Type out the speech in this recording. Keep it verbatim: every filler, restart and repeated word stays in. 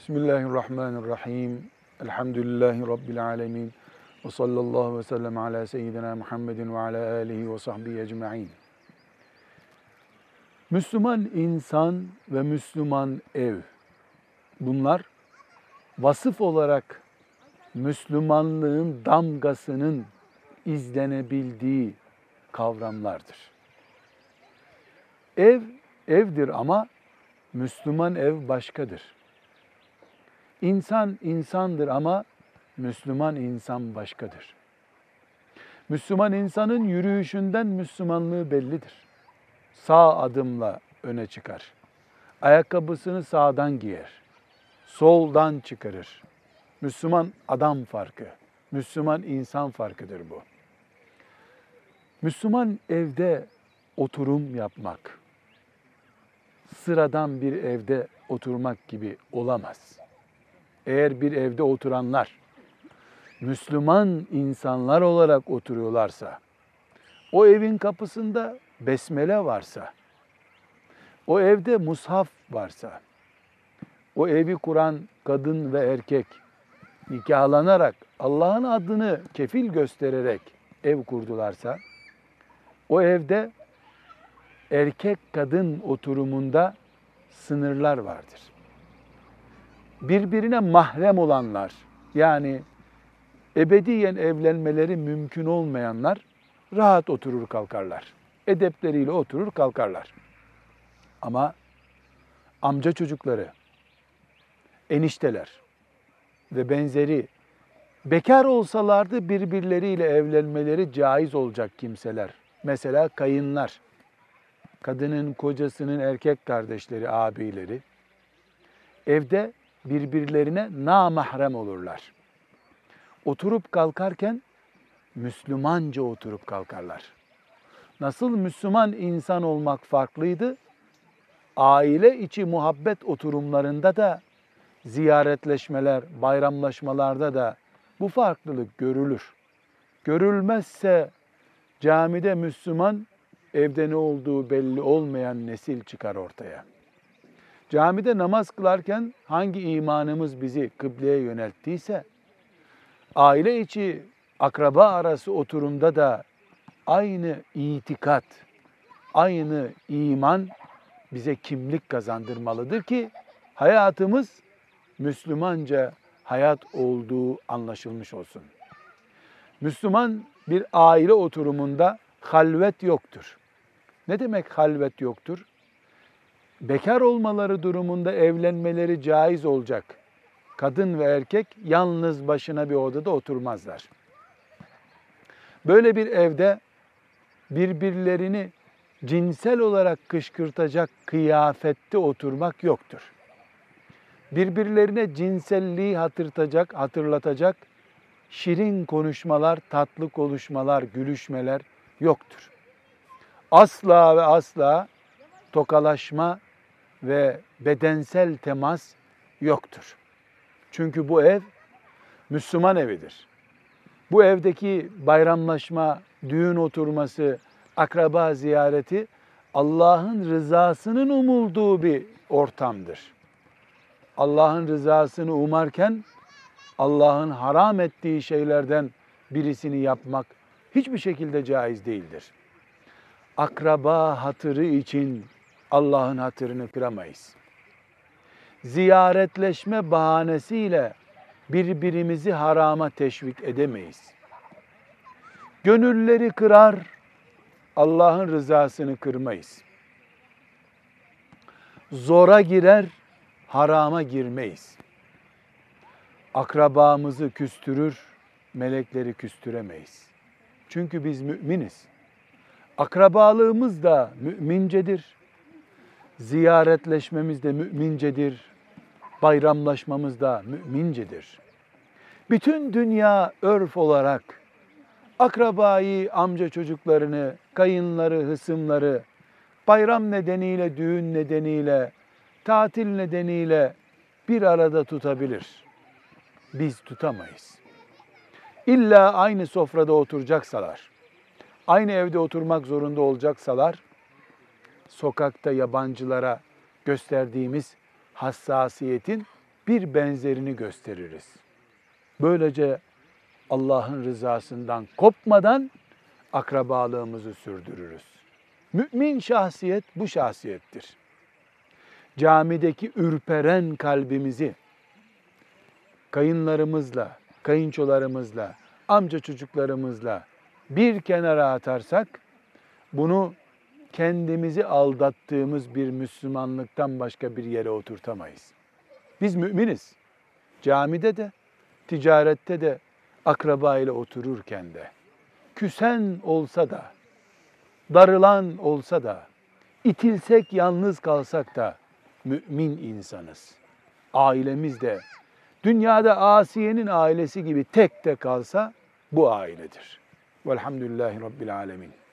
Bismillahirrahmanirrahim. Elhamdülillahi Rabbil alemin. Ve sallallahu ve sellem ala seyyidina Muhammedin ve ala alihi ve sahbihi ecma'in. Müslüman insan ve Müslüman ev. Bunlar vasıf olarak Müslümanlığın damgasının izlenebildiği kavramlardır. Ev, evdir ama Müslüman ev başkadır. İnsan insandır ama Müslüman insan başkadır. Müslüman insanın yürüyüşünden Müslümanlığı bellidir. Sağ adımla öne çıkar. Ayakkabısını sağdan giyer. Soldan çıkarır. Müslüman adam farkı, Müslüman insan farkıdır bu. Müslüman evde oturum yapmak, sıradan bir evde oturmak gibi olamaz. Eğer bir evde oturanlar Müslüman insanlar olarak oturuyorlarsa, o evin kapısında besmele varsa, o evde mushaf varsa, o evi kuran kadın ve erkek nikahlanarak Allah'ın adını kefil göstererek ev kurdularsa, o evde erkek kadın oturumunda sınırlar vardır. Birbirine mahrem olanlar, yani ebediyen evlenmeleri mümkün olmayanlar rahat oturur kalkarlar. Edepleriyle oturur kalkarlar. Ama amca çocukları, enişteler ve benzeri bekar olsalardı birbirleriyle evlenmeleri caiz olacak kimseler. Mesela kayınlar, kadının kocasının erkek kardeşleri, abileri evde birbirlerine namahrem olurlar. Oturup kalkarken Müslümanca oturup kalkarlar. Nasıl Müslüman insan olmak farklıydı? Aile içi muhabbet oturumlarında da, ziyaretleşmeler, bayramlaşmalarda da bu farklılık görülür. Görülmezse camide Müslüman, evde ne olduğu belli olmayan nesil çıkar ortaya. Camide namaz kılarken hangi imanımız bizi kıbleye yönelttiyse, aile içi, akraba arası oturumda da aynı itikat, aynı iman bize kimlik kazandırmalıdır ki hayatımız Müslümanca hayat olduğu anlaşılmış olsun. Müslüman bir aile oturumunda halvet yoktur. Ne demek halvet yoktur? Bekar olmaları durumunda evlenmeleri caiz olacak kadın ve erkek yalnız başına bir odada oturmazlar. Böyle bir evde birbirlerini cinsel olarak kışkırtacak kıyafette oturmak yoktur. Birbirlerine cinselliği hatırlatacak, hatırlatacak şirin konuşmalar, tatlı konuşmalar, gülüşmeler yoktur. Asla ve asla tokalaşma ve bedensel temas yoktur. Çünkü bu ev Müslüman evidir. Bu evdeki bayramlaşma, düğün oturması, akraba ziyareti Allah'ın rızasının umulduğu bir ortamdır. Allah'ın rızasını umarken Allah'ın haram ettiği şeylerden birisini yapmak hiçbir şekilde caiz değildir. Akraba hatırı için Allah'ın hatırını kıramayız. Ziyaretleşme bahanesiyle birbirimizi harama teşvik edemeyiz. Gönülleri kırar, Allah'ın rızasını kırmayız. Zora girer, harama girmeyiz. Akrabamızı küstürür, melekleri küstüremeyiz. Çünkü biz müminiz. Akrabalığımız da mümincedir. Ziyaretleşmemiz de mümincedir. Bayramlaşmamız da mümincedir. Bütün dünya örf olarak akrabayı, amca çocuklarını, kayınları, hısımları bayram nedeniyle, düğün nedeniyle, tatil nedeniyle bir arada tutabilir. Biz tutamayız. İlla aynı sofrada oturacaksalar, aynı evde oturmak zorunda olacaksalar, sokakta yabancılara gösterdiğimiz hassasiyetin bir benzerini gösteririz. Böylece Allah'ın rızasından kopmadan akrabalığımızı sürdürürüz. Mümin şahsiyet bu şahsiyettir. Camideki ürperen kalbimizi kayınlarımızla, kayınçolarımızla, amca çocuklarımızla bir kenara atarsak, bunu kendimizi aldattığımız bir Müslümanlıktan başka bir yere oturtamayız. Biz müminiz. Camide de, ticarette de, akraba ile otururken de, küsen olsa da, darılan olsa da, itilsek, yalnız kalsak da mümin insanız. Ailemiz de dünyada Asiye'nin ailesi gibi tek de kalsa bu ailedir. Velhamdülillahi Rabbil alemin.